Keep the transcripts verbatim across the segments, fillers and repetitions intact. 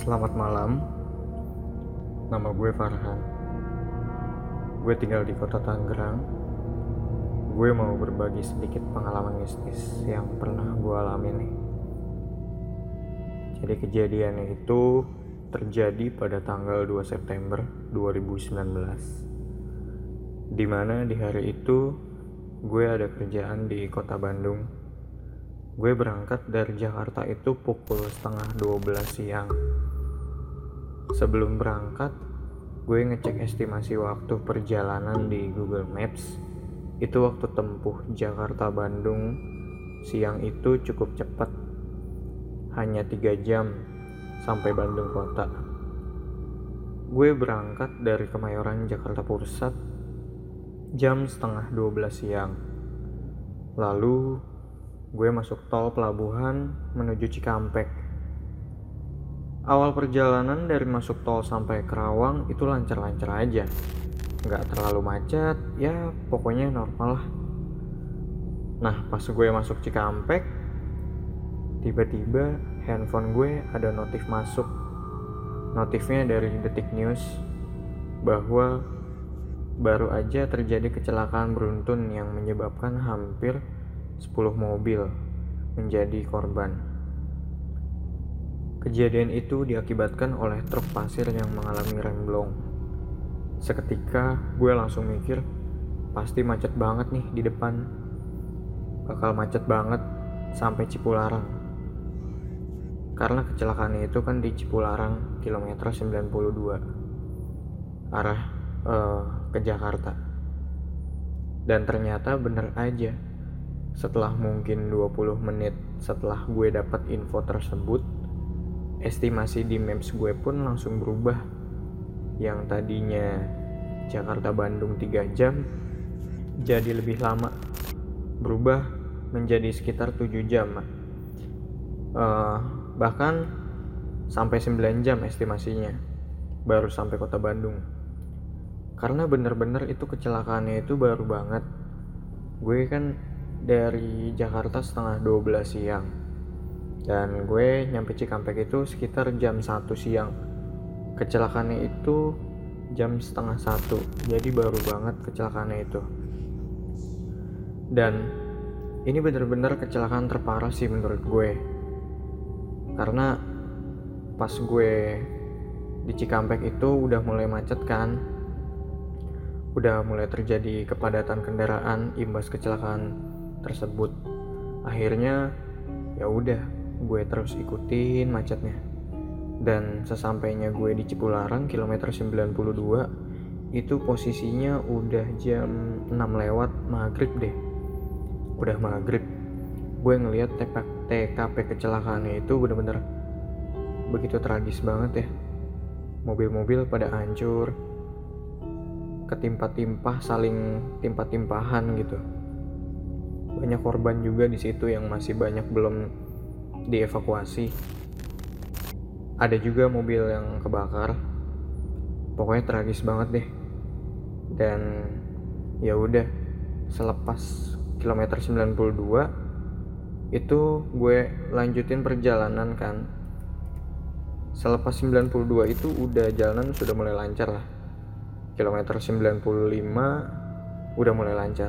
Selamat malam, nama gue Farhan. Gue tinggal di kota Tangerang. Gue mau berbagi sedikit pengalaman mistis yang pernah gue alami nih. Jadi kejadiannya itu terjadi pada tanggal dua September dua ribu sembilan belas. Dimana di hari itu gue ada kerjaan di kota Bandung. Gue berangkat dari Jakarta itu pukul setengah dua belas siang. Sebelum berangkat, gue ngecek estimasi waktu perjalanan di Google Maps. Itu waktu tempuh Jakarta-Bandung siang itu cukup cepat. Hanya tiga jam sampai Bandung kota. Gue berangkat dari Kemayoran, Jakarta Pusat jam setengah dua belas siang. Lalu gue masuk tol pelabuhan menuju Cikampek. Awal perjalanan dari masuk tol sampai Kerawang itu lancar-lancar aja, nggak terlalu macet, ya pokoknya normal lah. Nah pas gue masuk Cikampek, tiba-tiba handphone gue ada notif masuk. Notifnya dari Detik News bahwa baru aja terjadi kecelakaan beruntun yang menyebabkan hampir sepuluh mobil menjadi korban. Kejadian itu diakibatkan oleh truk pasir yang mengalami remblong. Seketika gue langsung mikir, pasti macet banget nih di depan. Bakal macet banget sampai Cipularang. Karena kecelakaannya itu kan di Cipularang kilometer sembilan puluh dua arah uh, ke Jakarta. Dan ternyata bener aja. Setelah mungkin dua puluh menit setelah gue dapat info tersebut, estimasi di Maps gue pun langsung berubah. Yang tadinya Jakarta-Bandung tiga jam jadi lebih lama, berubah menjadi sekitar tujuh jam. uh, Bahkan sampai sembilan jam estimasinya baru sampai kota Bandung. Karena bener-bener itu kecelakaannya itu baru banget. Gue kan dari Jakarta setengah dua belas siang, dan gue nyampe Cikampek itu sekitar jam satu siang. Kecelakaannya itu jam setengah satu, jadi baru banget kecelakaannya itu. Dan ini bener-bener kecelakaan terparah sih menurut gue, karena pas gue di Cikampek itu udah mulai macet kan, udah mulai terjadi kepadatan kendaraan imbas kecelakaan tersebut. Akhirnya ya udah gue terus ikutin macetnya. Dan sesampainya gue di Cipularang kilometer sembilan puluh dua, itu posisinya udah jam enam lewat maghrib deh. Udah maghrib. Gue ngeliat T K P kecelakaannya itu bener-bener begitu tragis banget ya. Mobil-mobil pada hancur, ketimpa-timpah, saling timpa-timpahan gitu. Banyak korban juga di situ yang masih banyak belum dievakuasi. Ada juga mobil yang kebakar. Pokoknya tragis banget deh. Dan ya udah, selepas kilometer sembilan puluh dua itu gue lanjutin perjalanan kan. Selepas sembilan puluh dua itu udah jalanan sudah mulai lancar lah. Kilometer sembilan puluh lima udah mulai lancar.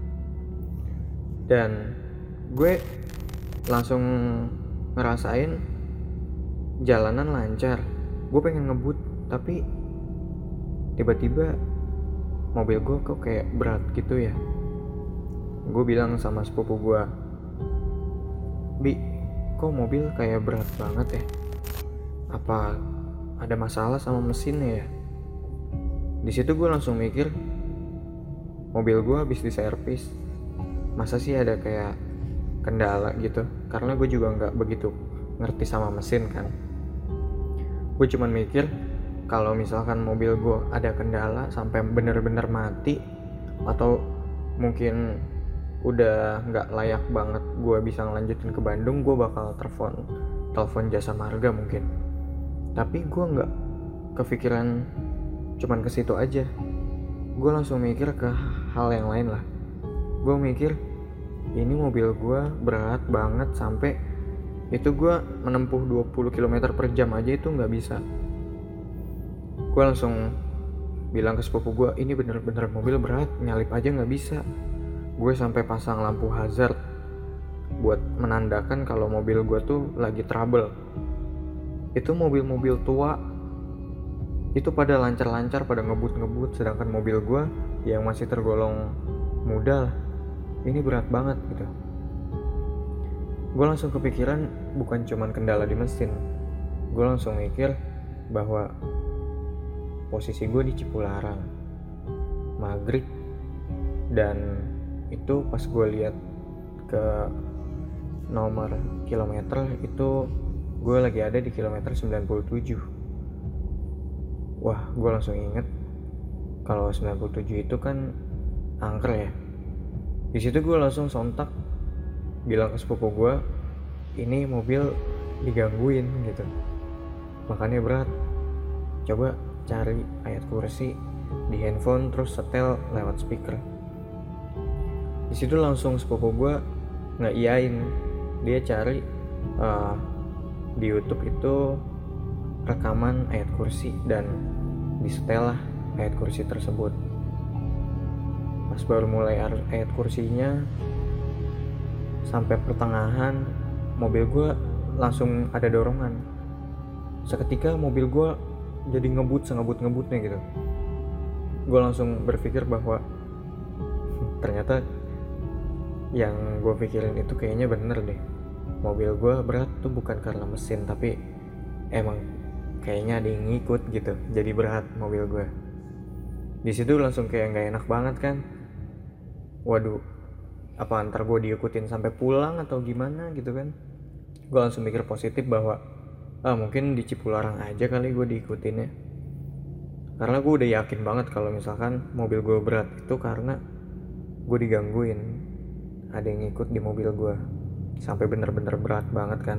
Dan gue langsung ngerasain jalanan lancar. Gue pengen ngebut, tapi tiba-tiba mobil gue kok kayak berat gitu ya. Gue bilang sama sepupu gue, "Bi, kok mobil kayak berat banget ya? Apa ada masalah sama mesinnya ya?" Di situ gue langsung mikir, mobil gue habis diservis, masa sih ada kayak kendala gitu. Karena gue juga gak begitu ngerti sama mesin kan. Gue cuman mikir, kalau misalkan mobil gue ada kendala sampai bener-bener mati, atau mungkin udah gak layak banget gue bisa ngelanjutin ke Bandung, gue bakal telepon telepon jasa marga mungkin. Tapi gue gak kepikiran cuman ke situ aja. Gue langsung mikir ke hal yang lain lah. Gue mikir, ini mobil gue berat banget sampai itu gue menempuh dua puluh kilometer per jam aja itu nggak bisa. Gue langsung bilang ke sepupu gue, ini bener-bener mobil berat, nyalip aja nggak bisa. Gue sampai pasang lampu hazard buat menandakan kalau mobil gue tuh lagi trouble. Itu mobil-mobil tua itu pada lancar-lancar, pada ngebut-ngebut, sedangkan mobil gue yang masih tergolong muda ini berat banget gitu. Gue langsung kepikiran bukan cuman kendala di mesin. Gue langsung mikir bahwa posisi gue di Cipularang maghrib, dan itu pas gue lihat ke nomor kilometer itu gue lagi ada di kilometer sembilan puluh tujuh. Wah, gue langsung inget kalau sembilan puluh tujuh itu kan angker ya. Di situ gue langsung sontak bilang ke sepupu gue, ini mobil digangguin gitu, makanya berat. Coba cari ayat kursi di handphone terus setel lewat speaker. Di situ langsung sepupu gue nggak iyain, dia cari uh, di YouTube itu rekaman ayat kursi dan disetel lah ayat kursi tersebut. Pas baru mulai ayat kursinya sampai pertengahan, mobil gue langsung ada dorongan. Seketika mobil gue jadi ngebut sengebut-ngebutnya gitu. Gue langsung berpikir bahwa ternyata yang gue pikirin itu kayaknya bener deh. Mobil gue berat tuh bukan karena mesin, tapi emang kayaknya ada yang ngikut gitu, jadi berat mobil gue. Di situ langsung kayak nggak enak banget kan. Waduh, apa ntar gue diikutin sampai pulang atau gimana gitu kan. Gue langsung mikir positif bahwa ah mungkin di Cipularang aja kali gue diikutinnya. Karena gue udah yakin banget kalau misalkan mobil gue berat itu karena gue digangguin, ada yang ngikut di mobil gue sampai bener-bener berat banget kan.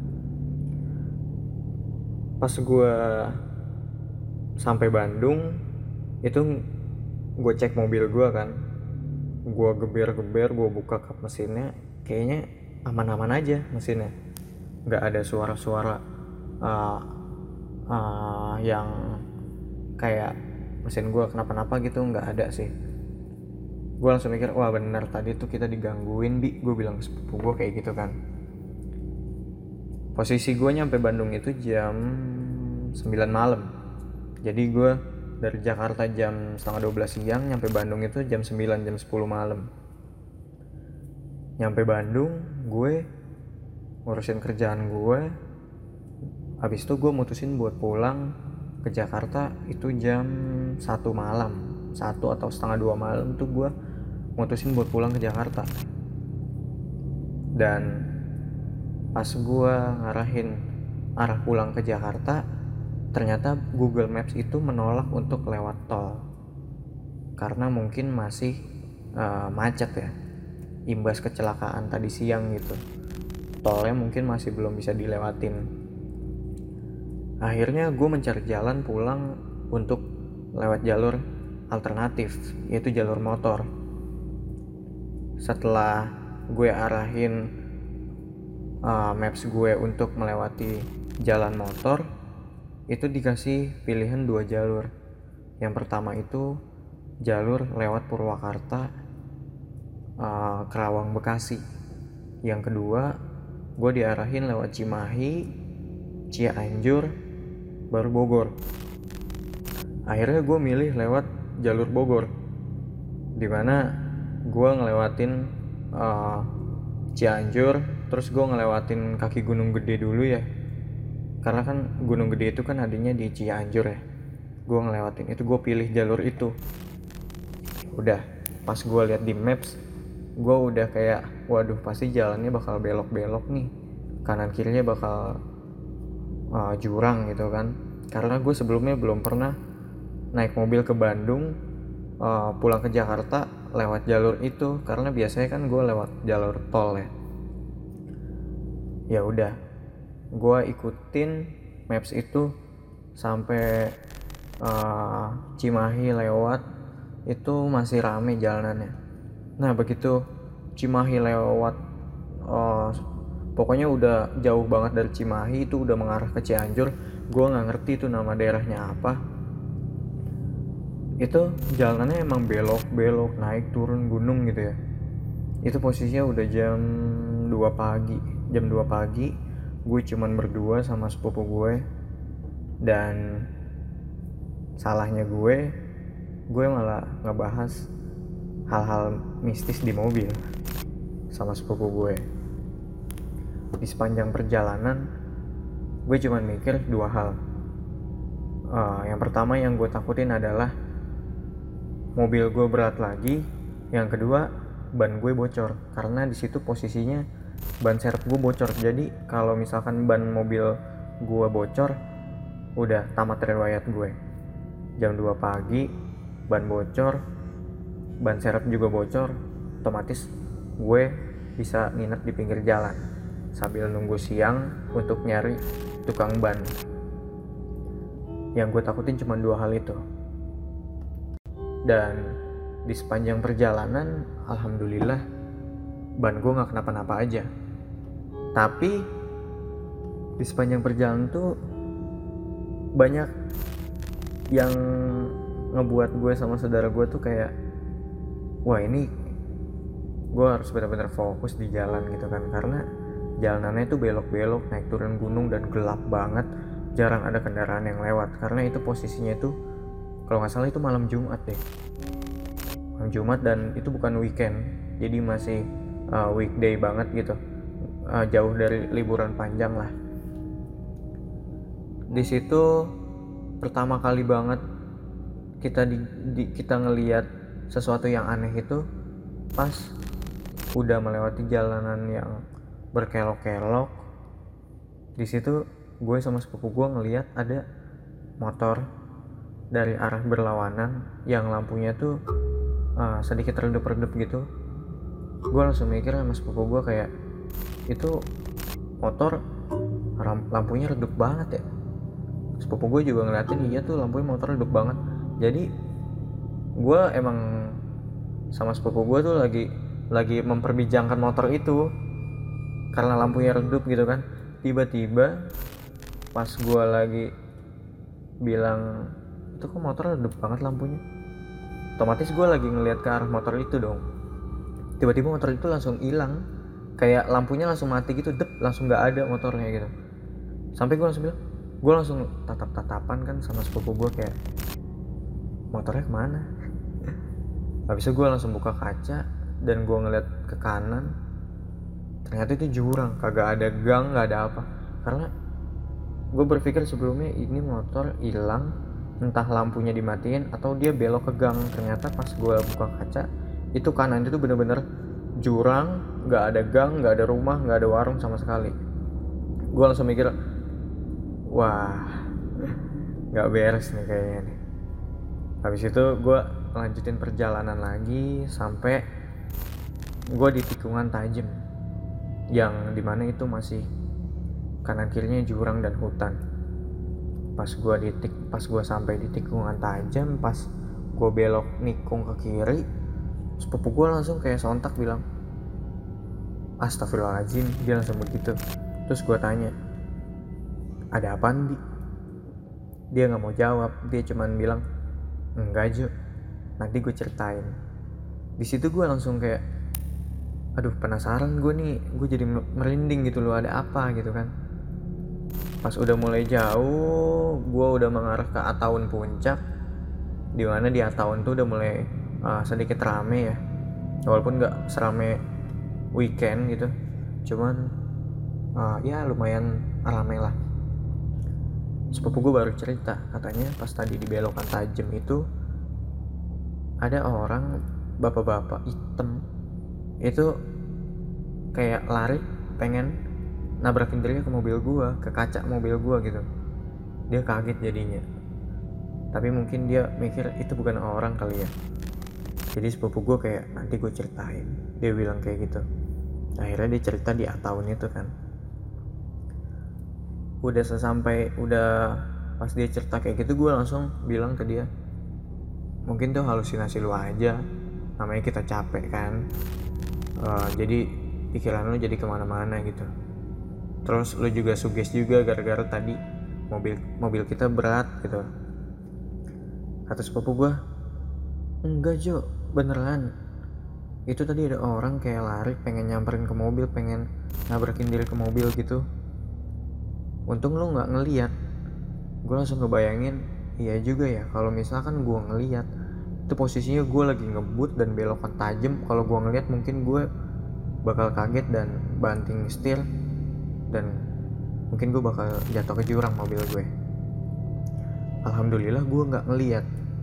Pas gue sampai Bandung itu gue cek mobil gue kan, gue geber-geber, gue buka kap mesinnya, kayaknya aman-aman aja mesinnya, nggak ada suara-suara uh, uh, yang kayak mesin gue kenapa-napa gitu, nggak ada sih. Gue langsung mikir, wah bener tadi tuh kita digangguin Bi, gue bilang ke sepupu gue kayak gitu kan. Posisi gue nyampe Bandung itu jam sembilan malam. Jadi gue dari Jakarta jam setengah dua belas siang, nyampe Bandung itu jam sembilan, jam sepuluh malam. Nyampe Bandung, gue ngurusin kerjaan gue. Habis itu gue mutusin buat pulang ke Jakarta itu jam satu malam. Satu atau setengah dua malam tuh gue mutusin buat pulang ke Jakarta. Dan pas gue ngarahin arah pulang ke Jakarta, ternyata Google Maps itu menolak untuk lewat tol karena mungkin masih uh, macet ya, imbas kecelakaan tadi siang gitu. Tolnya mungkin masih belum bisa dilewatin. Akhirnya gue mencari jalan pulang untuk lewat jalur alternatif, yaitu jalur motor. Setelah gue arahin uh, maps gue untuk melewati jalan motor, itu dikasih pilihan dua jalur. Yang pertama itu jalur lewat Purwakarta, uh, Kerawang, Bekasi. Yang kedua gue diarahin lewat Cimahi, Cianjur, baru Bogor. Akhirnya gue milih lewat jalur Bogor, dimana gue ngelewatin uh, Cianjur, terus gue ngelewatin kaki Gunung Gede dulu ya, karena kan Gunung Gede itu kan adanya di Cianjur ya. Gue ngelewatin itu, gue pilih jalur itu. Udah pas gue lihat di maps, gue udah kayak waduh pasti jalannya bakal belok-belok nih, kanan kirinya bakal uh, jurang gitu kan. Karena gue sebelumnya belum pernah naik mobil ke Bandung uh, pulang ke Jakarta lewat jalur itu, karena biasanya kan gue lewat jalur tol ya. Ya udah, gue ikutin maps itu sampai uh, Cimahi lewat, itu masih rame jalanannya. Nah begitu Cimahi lewat uh, pokoknya udah jauh banget dari Cimahi, itu udah mengarah ke Cianjur. Gue nggak ngerti itu nama daerahnya apa. Itu jalanannya emang belok-belok, naik turun gunung gitu ya. Itu posisinya udah jam dua pagi. Jam dua pagi, gue cuman berdua sama sepupu gue. Dan salahnya gue, gue malah ngebahas hal-hal mistis di mobil sama sepupu gue. Di sepanjang perjalanan, gue cuman mikir dua hal. Uh, yang pertama yang gue takutin adalah mobil gue berat lagi. Yang kedua, ban gue bocor, karena di situ posisinya ban serep gue bocor. Jadi kalau misalkan ban mobil gue bocor, udah tamat riwayat gue. Jam dua pagi, ban bocor, ban serep juga bocor, otomatis gue bisa nginep di pinggir jalan sambil nunggu siang untuk nyari tukang ban. Yang gue takutin cuma dua hal itu. Dan di sepanjang perjalanan, alhamdulillah ban gue gak kenapa-napa aja. Tapi di sepanjang perjalanan tuh banyak yang ngebuat gue sama saudara gue tuh kayak, wah ini gue harus benar-benar fokus di jalan gitu kan, karena jalanannya itu belok-belok, naik turun gunung, dan gelap banget, jarang ada kendaraan yang lewat. Karena itu posisinya itu kalau nggak salah itu malam Jumat deh, malam Jumat, dan itu bukan weekend, jadi masih uh, weekday banget gitu, uh, jauh dari liburan panjang lah. Di situ pertama kali banget kita di, di kita ngelihat sesuatu yang aneh itu pas udah melewati jalanan yang berkelok-kelok. Di situ gue sama sepupu gue ngelihat ada motor dari arah berlawanan yang lampunya tuh uh, sedikit redup-redup gitu. Gue langsung mikir sama sepupu gue kayak, itu motor lampunya redup banget ya. Sepupu gue juga ngeliatin, iya tuh lampunya motor redup banget. Jadi gue emang sama sepupu gue tuh lagi lagi memperbincangkan motor itu karena lampunya redup gitu kan. Tiba-tiba pas gue lagi bilang, itu kok motor redup banget lampunya, otomatis gue lagi ngeliat ke arah motor itu dong. Tiba-tiba motor itu langsung hilang, kayak lampunya langsung mati gitu, dep, langsung nggak ada motornya gitu. Sampai gue langsung bilang, gue langsung tatap-tatapan kan sama sepupu gue kayak, motornya kemana? Habis itu gue langsung buka kaca dan gue ngeliat ke kanan, ternyata itu jurang, kagak ada gang, nggak ada apa. Karena gue berpikir sebelumnya ini motor hilang, entah lampunya dimatiin atau dia belok ke gang. Ternyata pas gue buka kaca, itu kanan itu bener-bener jurang, nggak ada gang, nggak ada rumah, nggak ada warung sama sekali. Gue langsung mikir, wah nggak beres nih kayaknya nih. Habis itu gue lanjutin perjalanan lagi sampai gue di tikungan tajam, yang dimana itu masih kanan kirinya jurang dan hutan. Pas gue di tik, pas gue sampai di tikungan tajam, pas gue belok nikung ke kiri, sepupu gue langsung kayak sontak bilang, astagfirullahaladzim, dia langsung begitu. Terus gue tanya, ada apaan Bi? Dia nggak mau jawab, dia cuman bilang, enggak Jo, nanti gue ceritain. Di situ gue langsung kayak, aduh penasaran gue nih, gue jadi merinding gitu loh, ada apa gitu kan. Pas udah mulai jauh, gue udah mengarah ke Ataun Puncak, dimana di Ataun tuh udah mulai uh, sedikit rame ya, walaupun nggak serame weekend gitu, cuman uh, ya lumayan rame lah. Sepupu gue baru cerita, katanya pas tadi di belokan tajam itu ada orang bapak-bapak hitam itu kayak lari pengen nabrakin diri ke mobil gua, ke kaca mobil gua gitu. Dia kaget jadinya, tapi mungkin dia mikir itu bukan orang kali ya. Jadi sepupu gua kayak, nanti gue ceritain, dia bilang kayak gitu. Akhirnya dia cerita di Ataun itu kan. Udah sesampai udah pas dia cerita kayak gitu, gue langsung bilang ke dia, mungkin tuh halusinasi lu aja, namanya kita capek kan, uh, jadi pikiran lu jadi kemana-mana gitu. Terus lu juga suges juga gara-gara tadi mobil mobil kita berat gitu. Kata sepupu gue, enggak Jo, beneran. Itu tadi ada orang kayak lari pengen nyamperin ke mobil, pengen nabrakin diri ke mobil gitu. Untung lu gak ngeliat. Gue langsung ngebayangin, iya juga ya kalau misalkan gue ngeliat, itu posisinya gue lagi ngebut dan belokan tajam. Kalau gue ngeliat mungkin gue bakal kaget dan banting setir, dan mungkin gue bakal jatuh ke jurang mobil gue. Alhamdulillah gue gak ngeliat.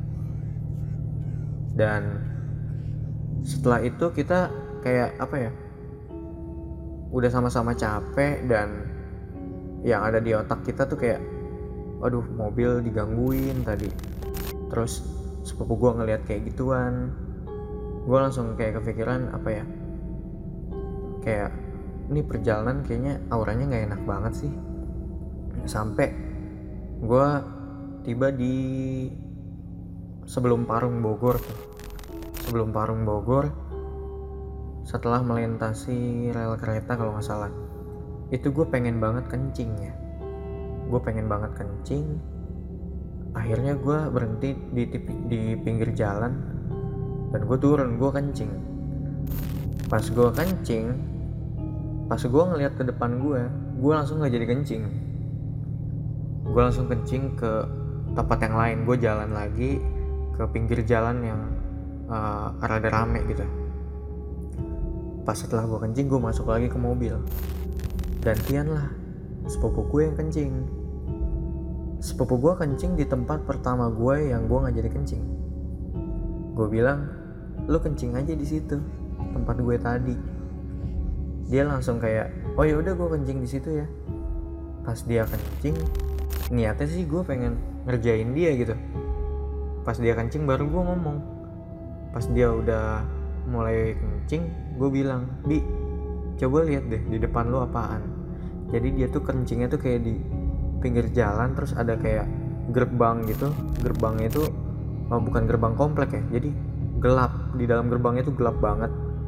Dan setelah itu kita kayak apa ya, udah sama-sama capek, dan yang ada di otak kita tuh kayak, aduh mobil digangguin tadi. Terus sepupu gue ngeliat kayak gituan, gue langsung kayak kepikiran apa ya, kayak ini perjalanan kayaknya auranya gak enak banget sih. Sampai gue tiba di sebelum Parung Bogor tuh. Sebelum Parung Bogor, setelah melintasi rel kereta kalau gak salah, itu gue pengen banget kencing ya. Gue pengen banget kencing. Akhirnya gue berhenti di, di, di pinggir jalan, dan gue turun, gue kencing. Pas gue kencing, pas gue ngeliat ke depan gue, gue langsung gak jadi kencing. Gue langsung kencing ke tempat yang lain. Gue jalan lagi ke pinggir jalan yang uh, rada rame gitu. Pas setelah gue kencing, gue masuk lagi ke mobil. Gantian lah sepupu gue yang kencing. Sepupu gue kencing di tempat pertama gue yang gue gak jadi kencing. Gue bilang, lu kencing aja di situ tempat gue tadi. Dia langsung kayak, oh yaudah gue kencing di situ ya. Pas dia kencing, niatnya sih gue pengen ngerjain dia gitu. Pas dia kencing baru gue ngomong. Pas dia udah mulai kencing, gue bilang, Bi, coba lihat deh di depan lu apaan. Jadi dia tuh kencingnya tuh kayak di pinggir jalan, terus ada kayak gerbang gitu. Gerbangnya itu oh, bukan gerbang komplek ya, jadi gelap. Di dalam gerbangnya tuh gelap banget.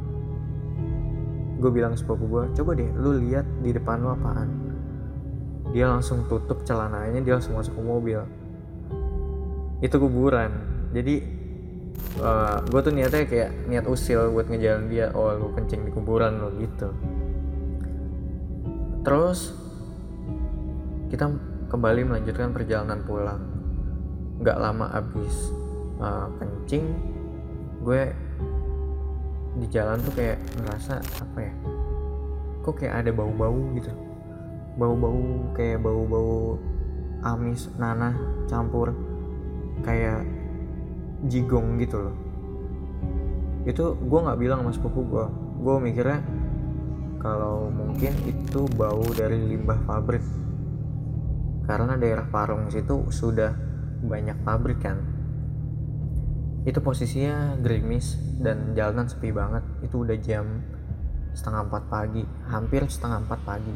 Gue bilang sepupu gue, coba deh lu lihat di depan lu apaan. Dia langsung tutup celananya, dia langsung masuk ke mobil. Itu kuburan. Jadi uh, gue tuh niatnya kayak niat usil buat ngejalan dia. Oh lu kencing di kuburan lo gitu. Terus kita kembali melanjutkan perjalanan pulang. Gak lama abis uh, kencing, gue di jalan tuh kayak ngerasa apa ya, kok kayak ada bau-bau gitu. Bau-bau kayak bau-bau amis, nanah campur kayak jigong gitu loh. Itu gue gak bilang sama sepupu gue. Gue mikirnya kalau mungkin itu bau dari limbah pabrik, karena daerah Parung situ sudah banyak pabrik kan. Itu posisinya gerimis dan jalanan sepi banget. Itu udah jam setengah empat pagi, hampir setengah empat pagi.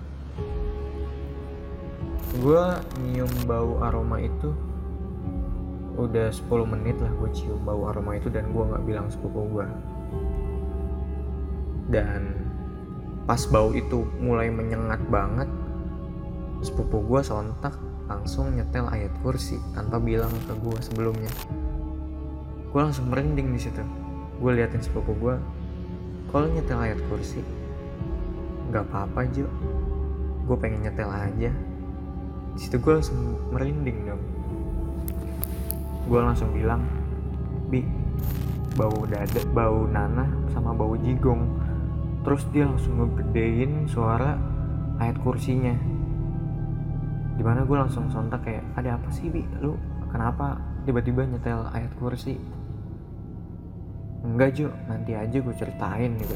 Gue nyium bau aroma itu udah sepuluh menit lah. Gue cium bau aroma itu dan gue gak bilang sepupu gue. Dan pas bau itu mulai menyengat banget, sepupu gue sontak langsung nyetel ayat kursi tanpa bilang ke gue sebelumnya. Gue langsung merinding di situ. Gue liatin sepupu gue, kalau nyetel ayat kursi, nggak apa-apa Jo, gue pengen nyetel aja. Di situ gue langsung merinding dong. Gue langsung bilang, Bi, bau dada, bau nanah sama bau jigong. Terus dia langsung ngegedein suara ayat kursinya. Dimana gue langsung sontak kayak, ada apa sih Bi, lu kenapa tiba-tiba nyetel ayat kursi? Enggak Jo, nanti aja gue ceritain gitu.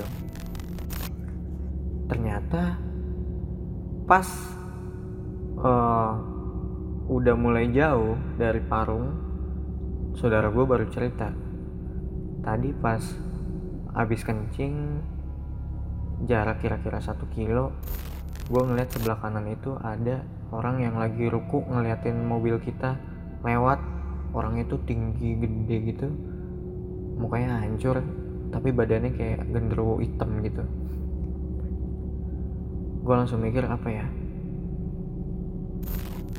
Ternyata pas uh, udah mulai jauh dari Parung, saudara gue baru cerita, tadi pas abis kencing jarak kira-kira satu kilo, gue ngeliat sebelah kanan itu ada orang yang lagi ruku ngeliatin mobil kita lewat. Orang itu tinggi gede gitu, mukanya hancur, tapi badannya kayak genderuwo hitam gitu. Gue langsung mikir apa ya,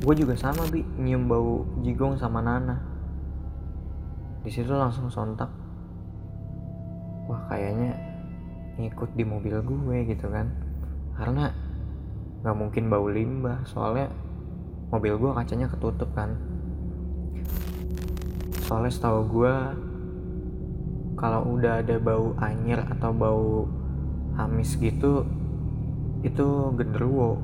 Gue juga sama Bi, nyium bau jigong sama Nana. Di situ langsung sontak, wah kayaknya ngikut di mobil gue gitu kan, karena nggak mungkin bau limbah, soalnya mobil gue kacanya ketutup kan. Soalnya setahu gue kalau udah ada bau anyir atau bau amis gitu, itu genderuwo.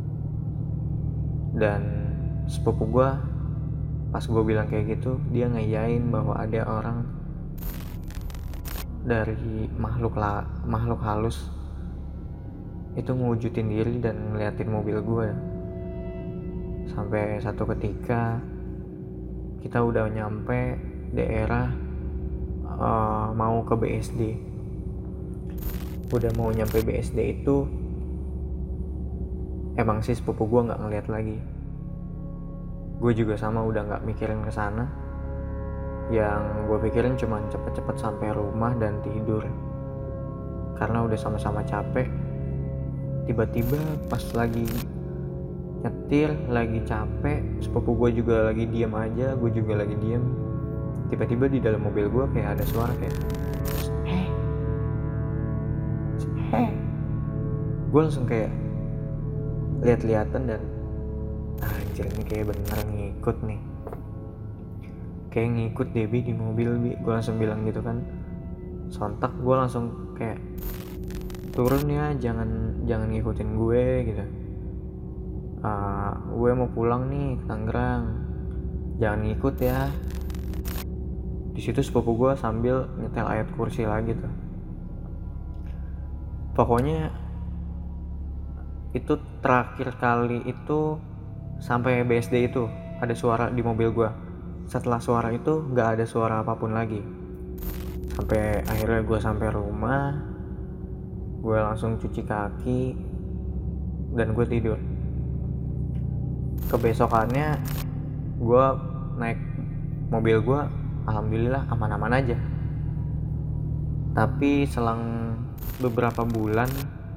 Dan sepupu gue pas gue bilang kayak gitu, dia ngeyain bahwa ada orang dari makhluk la, makhluk halus itu ngewujudin diri dan ngeliatin mobil gue. Sampai satu ketika kita udah nyampe daerah uh, mau ke B S D. Udah mau nyampe B S D itu, emang sih sepupu gue nggak ngeliat lagi. Gue juga sama udah nggak mikirin kesana. Yang gue pikirin cuma cepet-cepet sampai rumah dan tidur, karena udah sama-sama capek. Tiba-tiba pas lagi nyetir, lagi capek, sepupu gue juga lagi diem aja, gue juga lagi diem. Tiba-tiba di dalam mobil gue kayak ada suara kayak heh heh. Gue langsung kayak lihat-lihatan dan anjir ini kayak bener ngikut nih, kayak ngikut Debbie di mobil Bi. Gue langsung bilang gitu kan, sontak gue langsung kayak turun ya, jangan jangan ngikutin gue gitu. Uh, gue mau pulang nih ke Tangerang, jangan ngikut ya. Di situ sepupu gue sambil nyetel ayat kursi lagi tuh. Pokoknya itu terakhir kali itu sampai B S D itu ada suara di mobil gue. Setelah suara itu nggak ada suara apapun lagi. Sampai akhirnya gue sampai rumah, gue langsung cuci kaki dan gue tidur. Kebesokannya gue naik mobil gue, alhamdulillah aman-aman aja. Tapi selang beberapa bulan,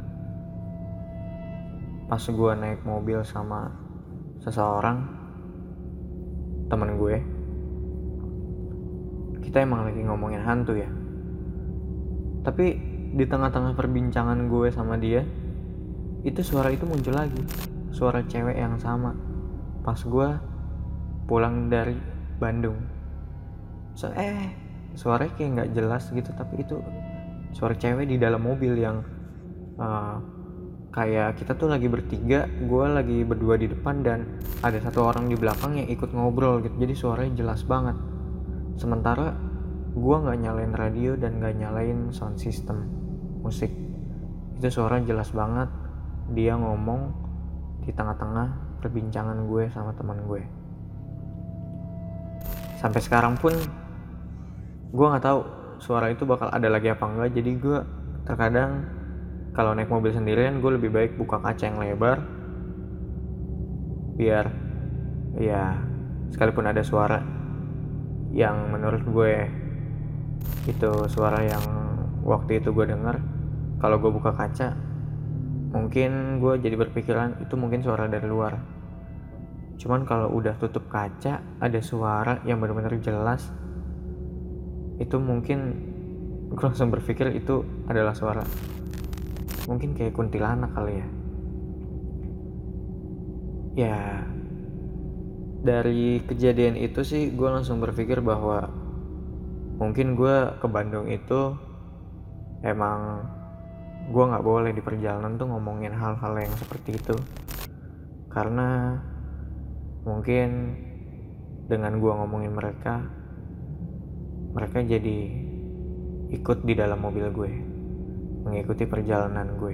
pas gue naik mobil sama seseorang, temen gue, kita emang lagi ngomongin hantu ya. Tapi di tengah-tengah perbincangan gue sama dia, itu suara itu muncul lagi, suara cewek yang sama. Pas gue pulang dari Bandung, so, eh suaranya kayak nggak jelas gitu, tapi itu suara cewek di dalam mobil yang uh, kayak kita tuh lagi bertiga, gue lagi berdua di depan dan ada satu orang di belakang yang ikut ngobrol gitu. Jadi suaranya jelas banget. Sementara gue nggak nyalain radio dan nggak nyalain sound system musik, itu suara jelas banget. Dia ngomong di tengah-tengah perbincangan gue sama teman gue. Sampai sekarang pun gue nggak tahu suara itu bakal ada lagi apa enggak. Jadi gue terkadang kalau naik mobil sendirian, gue lebih baik buka kaca yang lebar, biar ya sekalipun ada suara yang menurut gue itu suara yang waktu itu gue dengar, kalau gue buka kaca mungkin gue jadi berpikiran itu mungkin suara dari luar. Cuman kalau udah tutup kaca ada suara yang benar-benar jelas, itu mungkin gue langsung berpikir itu adalah suara mungkin kayak kuntilanak kali ya. Ya dari kejadian itu sih gue langsung berpikir bahwa mungkin gue ke Bandung itu emang gue gak boleh di perjalanan tuh ngomongin hal-hal yang seperti itu, karena mungkin dengan gue ngomongin mereka, mereka jadi ikut di dalam mobil gue, mengikuti perjalanan gue.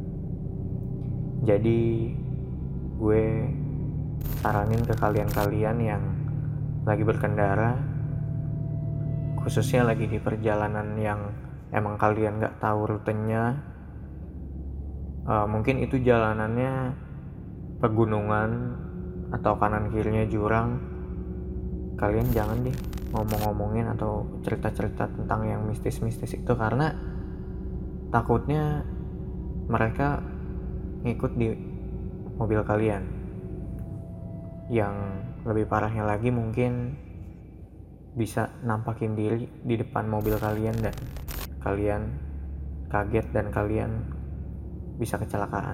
Jadi gue saranin ke kalian-kalian yang lagi berkendara, khususnya lagi di perjalanan yang emang kalian gak tahu rutenya, uh, mungkin itu jalanannya pegunungan atau kanan kirinya jurang, kalian jangan deh ngomong-ngomongin atau cerita-cerita tentang yang mistis-mistis itu, karena takutnya mereka ngikut di mobil kalian. Yang lebih parahnya lagi mungkin bisa nampakin diri di depan mobil kalian dan kalian kaget dan kalian bisa kecelakaan.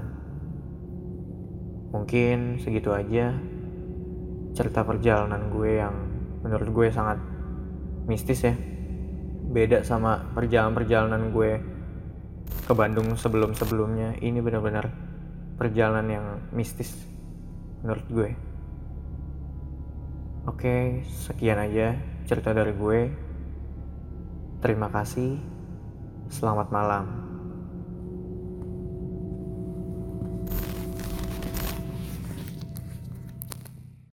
Mungkin segitu aja cerita perjalanan gue yang menurut gue sangat mistis ya. Beda sama perjalanan-perjalanan gue ke Bandung sebelum-sebelumnya. Ini benar-benar perjalanan yang mistis menurut gue. Oke, sekian aja cerita dari gue. Terima kasih. Selamat malam.